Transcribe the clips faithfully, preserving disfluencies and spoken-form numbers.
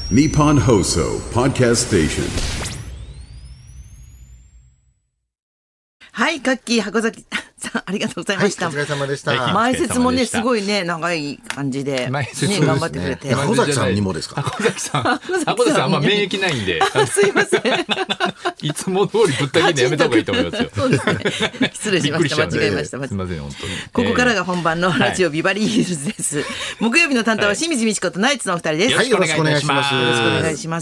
Nippon Hoso Podcast Station。 はい、カッキー箱崎さんありがとうございました。 はい、お疲れ様でした。 前説もねすごいね長い感じで、ね、頑張ってくれて。 箱崎さんにもですか。 箱崎さん、箱崎さんあんま免疫ないんで。 すいません。 いつも通りぶった切るのやめた方がいいと思いますよ。 そうですね。失礼しました。間違えました。 すみません本当に。 ここからが本番のラジオビバリーヒルズです。木曜日の担当は清水美智子とナイツのお二人です。 はい、よろしくお願いします。 よろしくお願いします。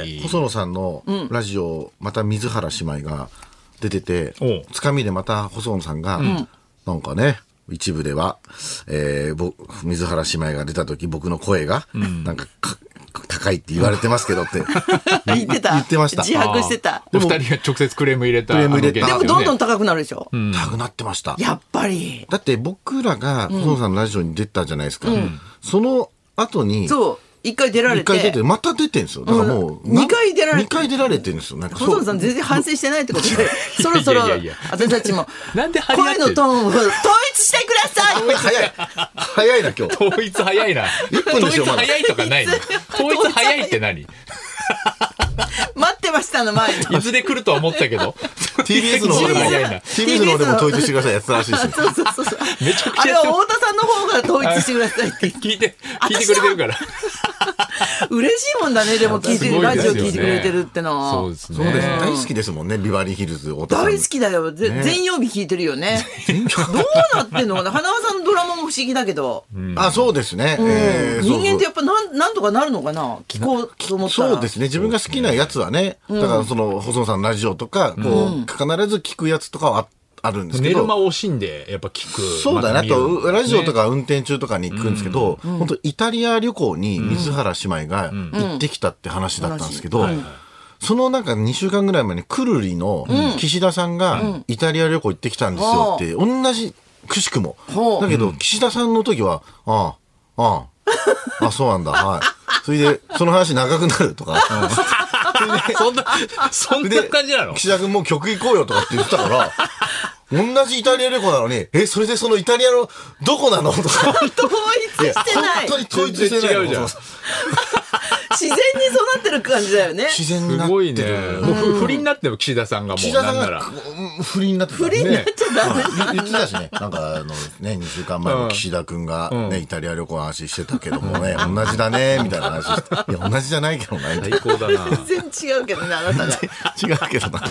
細野さんのラジオまた水原姉妹が出てて、つかみでまた細野さんが、うん、なんかね一部では、えー、水原姉妹が出た時僕の声が、うん、なんか高いって言われてますけどって言ってた。 言ってました。 自白してた。 お二人が直接クレーム入れた。 クレーム入れた。 でもどんどん高くなるでしょ。うん、 高くなってました。 やっぱり。 だって僕らが細野さんのラジオに出たじゃないですか。うん、その後に。 そう。一回出られて。 一回出て、また出てるんですよ。だからもう。 二、うん、回出られて。 二回出られてるんですよ。なんか細野さん全然反省してないってことで、そろそろ、私たちも、なんで声のトーンを統一してください。 早い。早いな、今日。 統一早いな。 いっぷんでしょ、 統一早いとかないの。統一早いって何？ 待ってましたの前に。 いずれ来るとは思ったけど。 ティービーエス の方でも、ティービーエス の方でも統一してくださいやつらしいですよ。 そうそうそうそう。 めちゃくちゃ。 あれは太田さんの方が統一してくださいって聞いて、聞いてくれてるから。 嬉しいもんだね、でも聞いてる、ラジオ聞いてくれてるってのは。 そうですね。 そうです。大好きですもんね、ビバリーヒルズ、太田さん。 大好きだよ。全曜日聞いてるよね。どうなってんのかな。花輪さんのドラマも不思議だけど。 あ、そうですね。 人間ってやっぱなんとかなるのかな、聞こうと思ったら。 そうですね。自分が好きなやつはね、だからその、細野さんのラジオとか、こう、必ず聞くやつとかはあるんですけど。 寝る間を惜しんで、やっぱ聞く。 そうだね。あと、ラジオとか運転中とかに行くんですけど、本当イタリア旅行に水原姉妹が行ってきたって話だったんですけど、そのなんかにしゅうかんぐらい前にくるりの岸田さんがイタリア旅行行ってきたんですよって、同じくしくも。だけど、岸田さんの時は、ああ、ああ、あ、そうなんだ、はい。それで、その話長くなるとか。 そんな、そんな感じなの？ 岸田君もう曲行こうよとかって言ってたから、同じイタリア旅行なのに、え、それでそのイタリアのどこなのとか。 統一してない。 本当に統一してない。 違うじゃん。 自然にそうなってる感じだよね。 自然になってる。 すごいね。もう不倫になってる岸田さんがもう。 岸田さんが不倫になってた。 不倫になっちゃダメ。 言ってたしね。なんかあのね、にしゅうかんまえの岸田君がね、イタリア旅行の話してたけどもね、同じだね、みたいな話して。いや、同じじゃないけどな。 最高だな。 全然違うけどね、あなたが。 違うけどな。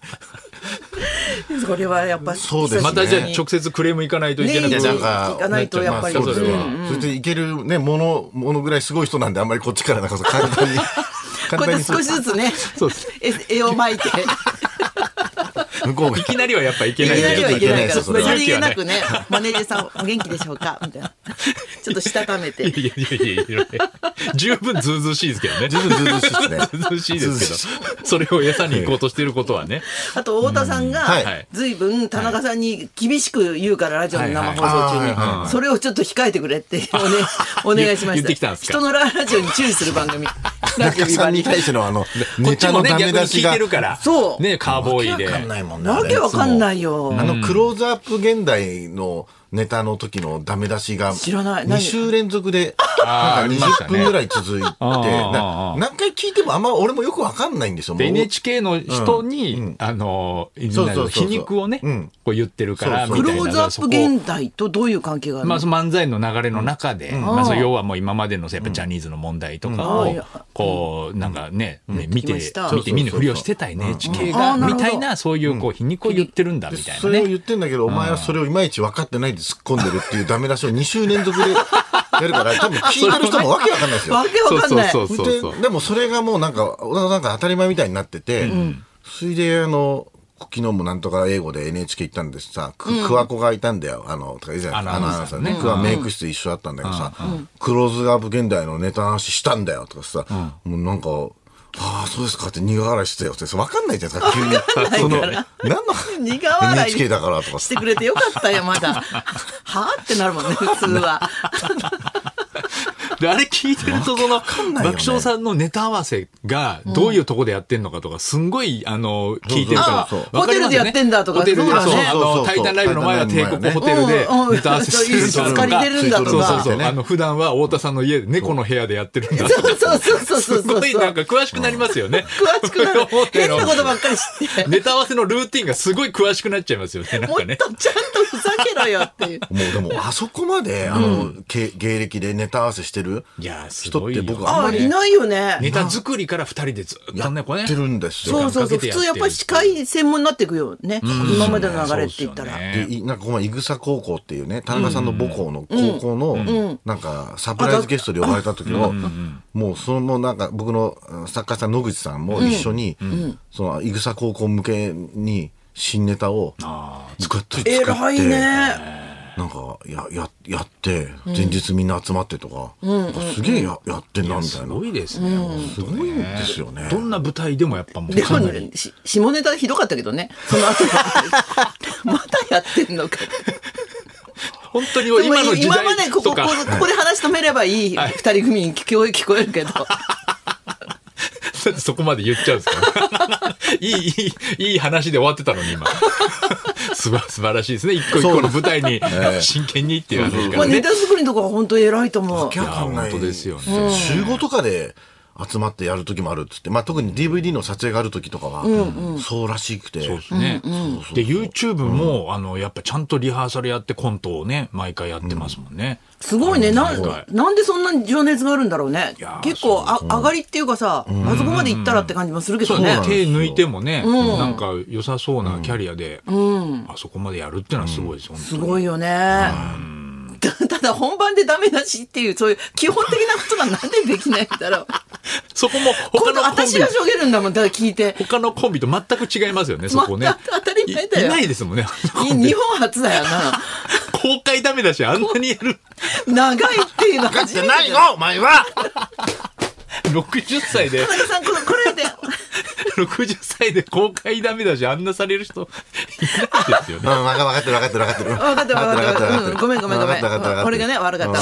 それはやっぱそうですね。 またじゃあ直接クレーム行かないといけなくて、 行かないとやっぱりそれは。それでいけるね、もの、ものぐらいすごい人なんで、あんまりこっちからなんか簡単に。 こうやって少しずつね、絵を巻いて。 向こうがいきなりはやっぱいけない。 いきなりはいけないから、 それさりげなくね、マネージャーさんお元気でしょうかみたいな。ちょっとしたためて。 いやいやいやいや十分ずうずうしいですけどね。 十分ずうずうしいですね。 ずうずうしいですけど、それを餌に行こうとしてることはね。 あと太田さんが随分田中さんに厳しく言うから、ラジオの生放送中にそれをちょっと控えてくれってお願いしました。人のラジオに注意する番組。 田中さんに対してのあのネタのダメ出しが、 そうね、カーボーイで。 わけわかんないもんね。 わけわかんないよ。 あのクローズアップ現代のネタの時のダメ出しが知らない。 に週連続でなんかにじゅっぷんぐらい続いて、何回聞いてもあんま俺もよくわかんないんですよ。 エヌエイチケー の人にあの皮肉をねこう言ってるからみたいな。 クローズアップ現代とどういう関係があるの？ まあ漫才の流れの中で、まあ要はもう今までのやっぱジャニーズの問題とかをこうなんかね見て見て見ぬふりをしてた エヌエイチケー がみたいな、そういうこう皮肉を言ってるんだみたいなね。 それを言ってんだけど、お前はそれをいまいち分かってないで突っ込んでるっていうダメ出しをに週連続でやるから、多分聞いてる人もわけわかんないですよ。 わけわかんない。 そうそうそうそう。 でもそれがもうなんかなんか当たり前みたいになってて、それであの昨日もなんとか英語で エヌエイチケー 行ったんですさ、くわこがいたんだよ。あのとか以前アナウンサーね、くわメイク室一緒だったんだけどさ、クローズアップ現代のネタ話したんだよとかさ、もうなんか。ああ、そうですかって苦笑いしてたよって、わかんないじゃないですか、急に。その、何の苦笑いエヌエイチケー だからとか。 してくれてよかったよ、まだ。はぁってなるもんね、普通は。 であれ聞いてるとその爆笑さんのネタ合わせがどういうとこでやってんのかとかすんごいあの聞いてるからホテルでやってんだとか、 ホテルでタイタンライブの前は帝国ホテルでネタ合わせしてるとか、 借りてるんだとか、 そうそうそう、あの普段は太田さんの家で猫の部屋でやってるんだとか、 そうそうそうそう、 すごいなんか詳しくなりますよね。 詳しくなる。変なことばっかり知って。 ネタ合わせのルーティンがすごい詳しくなっちゃいますよね。なんかね。 もっとちゃんとふざけろよっていう。 もうでもあそこまであの、うん、芸歴でネタ合わせしてる人って僕あんまりいないよね。 ネタ作りからふたりでずっとねこれやってるんですよ。 そうそうそう。普通やっぱり司会専門になっていくよね。今までの流れって言ったら。 でなんかこの伊草高校っていうね田中さんの母校の高校のなんかサプライズゲストで呼ばれた時のもうそのなんか僕の作家さん野口さんも一緒にその伊草高校向けに新ネタを作って作って偉いね。 なんかやややって前日みんな集まってとか、うん、すげえ や, やってんなみたいな。すごいですね。うん、 すごいですよね。 どんな舞台でもやっぱもうかなり下ネタひどかったけどね。その後またやってんのか。 本当に今の時代とか今までここ こ, こ, ここで話止めればいい二人組に聞こえ聞こえるけど。 そこまで言っちゃうんですかいい、いい、いい話で終わってたのに今。すば素晴らしいですね。一個一個の舞台に真剣にっていう話からね。 まあ、ネタ作りのところは本当に偉いと思う。 いや、 本当ですよね。 うん、週ごとかで集まってやる時もあるっつって、まあ、特に ディーブイディー の撮影がある時とかは、うんうん、そうらしくて。 そうですね。うんうん、で、YouTube も、うん、あの、やっぱちゃんとリハーサルやってコントをね、毎回やってますもんね。 うん、すごいね。な、なんでそんなに情熱があるんだろうね。結構あ、上がりっていうかさ、うん、あそこまで行ったらって感じもするけどね。 手抜いてもね、うん、なんか良さそうなキャリアで、うん、あそこまでやるっていうのはすごいです、うん、 すごいよね。ただ本番でダメだしっていうそういう基本的なことがなんでできないんだろう。 そこも他のコンビ私がしょげるんだもん。だから聞いて他のコンビと全く違いますよね。そこね、 ま、当たり前だよ。 い, いないですもんね。 日本初だよな。 公開ダメだしあんなにやる長いっていうの分かってないのお前は。 ろくじゅっさいで田中さんこれこれでろくじゅっさいで公開ダメだしあんなされる人いないですよね。 分かってる分かってる分かってる分かってる分かってる。ごめんごめんごめん。俺がね悪かった。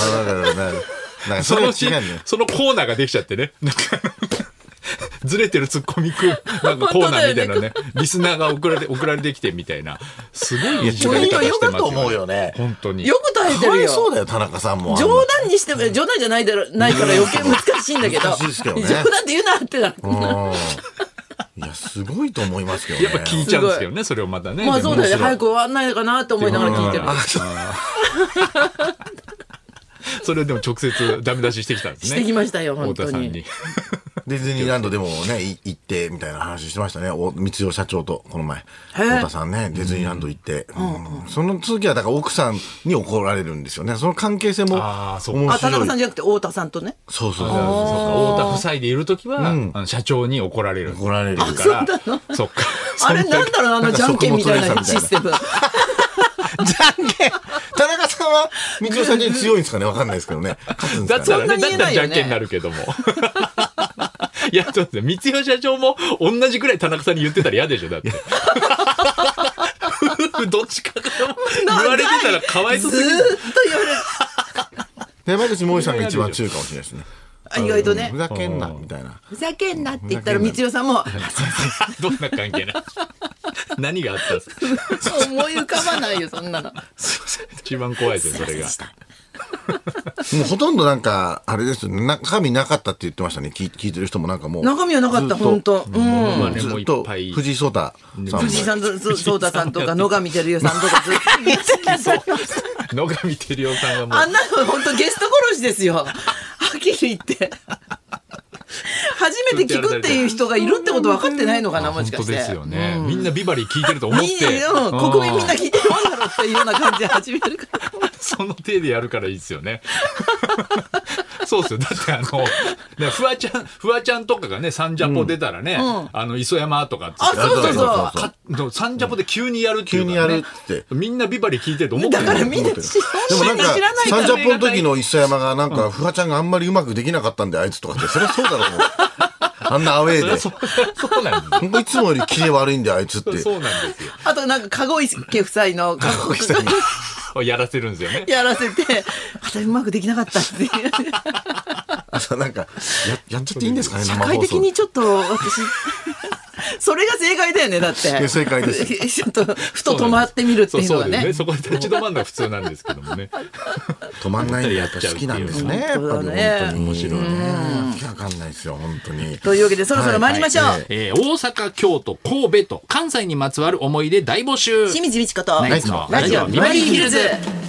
そのそのコーナーができちゃってね。なんかずれてるツッコミくんなんかコーナーみたいなねリスナーが送られ送られてきてみたいなすごい一番よかと思うよね。 本当によく耐えてるよ。 そうだよ田中さんも。 冗談にしても冗談じゃないだろないから余計難しいんだけど。 難しいですけどね。 冗談って言うなってな。 いやすごいと思いますけどね。 やっぱ聞いちゃうんですけどねそれをまたね。 まあそうだよね。早く終わんないのかなと思いながら聞いてる。 それでも直接ダメ出ししてきたんですね。 してきましたよ本当に。 太田さんにディズニーランドでもね行ってみたいな話してましたね。光代社長とこの前太田さんねディズニーランド行って、うんうん、その続きはだから奥さんに怒られるんですよね。その関係性も面白い。 あ田中さんじゃなくて太田さんとね。 そうそうそう。 太田夫妻でいるときは、うん、あの社長に怒られる。 怒られるから。そうなの。そっか。 あれなんだろうあのじゃんけんみたいなシステム。 じゃんけん田中さんは光代さんに強いんですかね。わかんないですけどね。 だったらねだったらじゃんけんになるけども。いや、そうですね。光代社長も同じぐらい田中さんに言ってたら嫌でしょ、だって。どっちかから言われてたらかわいそうすぎる。 ずーっと言われる。 山口萌さんが一番強いかもしれないですね。 意外とね。 ふざけんな、みたいな。 ふざけんなって言ったら光代さんも。 どんな関係な何があったんですか。 思い浮かばないよ、そんなの。 一番怖いですよ、それが。 もうほとんどなんかあれですよね。中身なかったって言ってましたね。聞い、聞いてる人もなんかもう中身はなかった本当。 うん。ずっと藤井聡太さん、 藤井さんと聡太さんとか野上照代さんとかずっと野上照代さんはもうあんなの本当ゲスト殺しですよ。はっきり言って。初めて聞くっていう人がいるってこと分かってないのかな、もしかして。 本当ですよね、うん、みんなビバリー聞いてると思って、 うん、国民みんな聞いてるもんだろうっていうような感じで始めるからその手でやるからいいですよね。そうですよ。だってあの、ね、フワちゃん、フワちゃんとかがね、サンジャポ出たらね、うん、あの、磯山とかって。 あ、そうそうそう。 サンジャポで急にやるっていう、 ね、急にやるって。 みんなビバリー聞いてると思ってる。 だからみんな知らない。 でもなんか、サンジャポの時の磯山がなんか、フワちゃんがあんまりうまくできなかったんで、あいつとかって、それはそうだろう。あんなアウェーで。 そ, そうなんですよ。いつもよりキレ悪いんで、あいつって。 そうなんですよ。 あとなんか、籠池夫妻の、籠池やらせるんですよね。 やらせて、あたりうまくできなかったっていう。 あとなんかややっちゃっていいんですかね、 社会的にちょっと私それが正解だよね、だって正解ですちょっとふと止まってみるっていうのはね、 そ, そ, ねそこで立ち止まるのは普通なんですけどもね止まんないんやっぱ好きなんですね、やっぱり本当に面白いね、わけわかんないですよ本当に。 というわけでそろそろ参りましょう、はいはい、 えー、大阪、京都、神戸と関西にまつわる思い出大募集。 清水美智子とナイツのラジオビバリーヒルズ。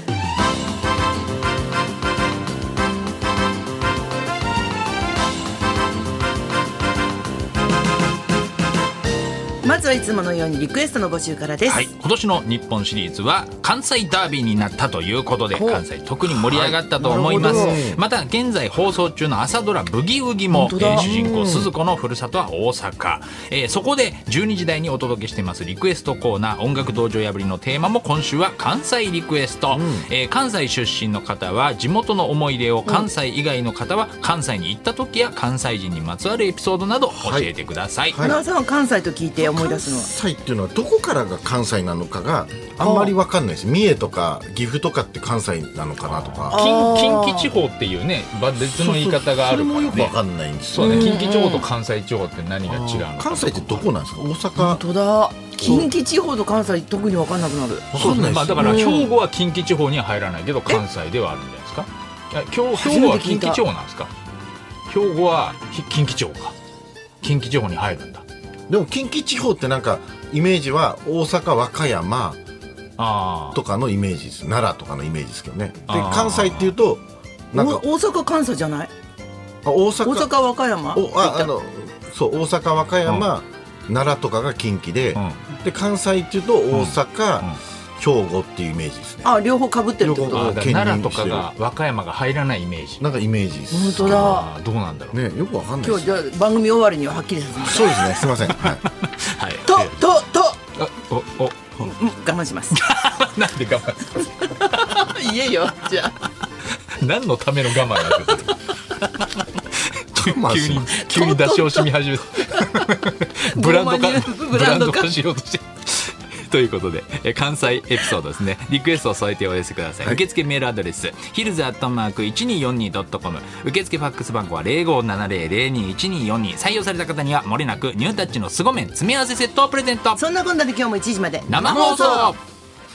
まずはいつものようにリクエストの募集からです、 はい、今年の日本シリーズは関西ダービーになったということで関西特に盛り上がったと思います、はい、また現在放送中の朝ドラブギウギも、えー、主人公鈴子のふるさとは大阪、えー、そこでじゅうにじ台にお届けしていますリクエストコーナー音楽道場破りのテーマも今週は関西リクエスト、うん、えー、関西出身の方は地元の思い出を、関西以外の方は関西に行った時や関西人にまつわるエピソードなど教えてください。 花輪さんは関西と聞いて思い出すのは関西っていうのはどこからが関西なのかがあんまり分かんないです。三重とか岐阜とかって関西なのかなとか、 近, 近畿地方っていうね別の言い方があるからね、それもよく分かんないんですよ。そうね、近畿地方と関西地方って何が違うのか。 関西ってどこなんですか？大阪。 本当だ、近畿地方と関西特に分かんなくなる。 分かんないです、 まあ、だから兵庫は近畿地方には入らないけど関西ではあるんじゃないですか。いや兵庫は近畿地方なんですか？兵庫は近畿地方か、近畿地方に入るんだ。 でも近畿地方ってなんかイメージは大阪、和歌山とかのイメージです。奈良とかのイメージですけどね。で関西っていうとなんか大阪関西じゃない？ あ、大阪、 大阪和歌山。 おああのそう大阪和歌山、うん、奈良とかが近畿で、うん、で関西っていうと大阪、うんうん、兵庫っていうイメージですね。 あ、両方被ってるってこと？ 奈良とかが和歌山が入らないイメージ。 なんかイメージです。 本当だ。 どうなんだろうね、よくわかんないです。 今日じゃあ番組終わりにははっきりさせます。 そうですね、すみません。はい。 はい、 とととおお我慢します。 なんで我慢する？ 言えよじゃあ。 何のための我慢なんですか？急に急に出し惜しみ始めてブランド化ブランド化しようとしてということで関西エピソードですね。リクエストを添えてお寄せください、はい、受付メールアドレスヒルズアットマーク いちにーよんにードットコム、 受付ファックス番号は ゼロごーななゼロ ゼロにーいちにーよんにー。 採用された方にはもれなくニュータッチの凄麺詰め合わせセットをプレゼント。 そんなこんなで今日もいちじまで生放送。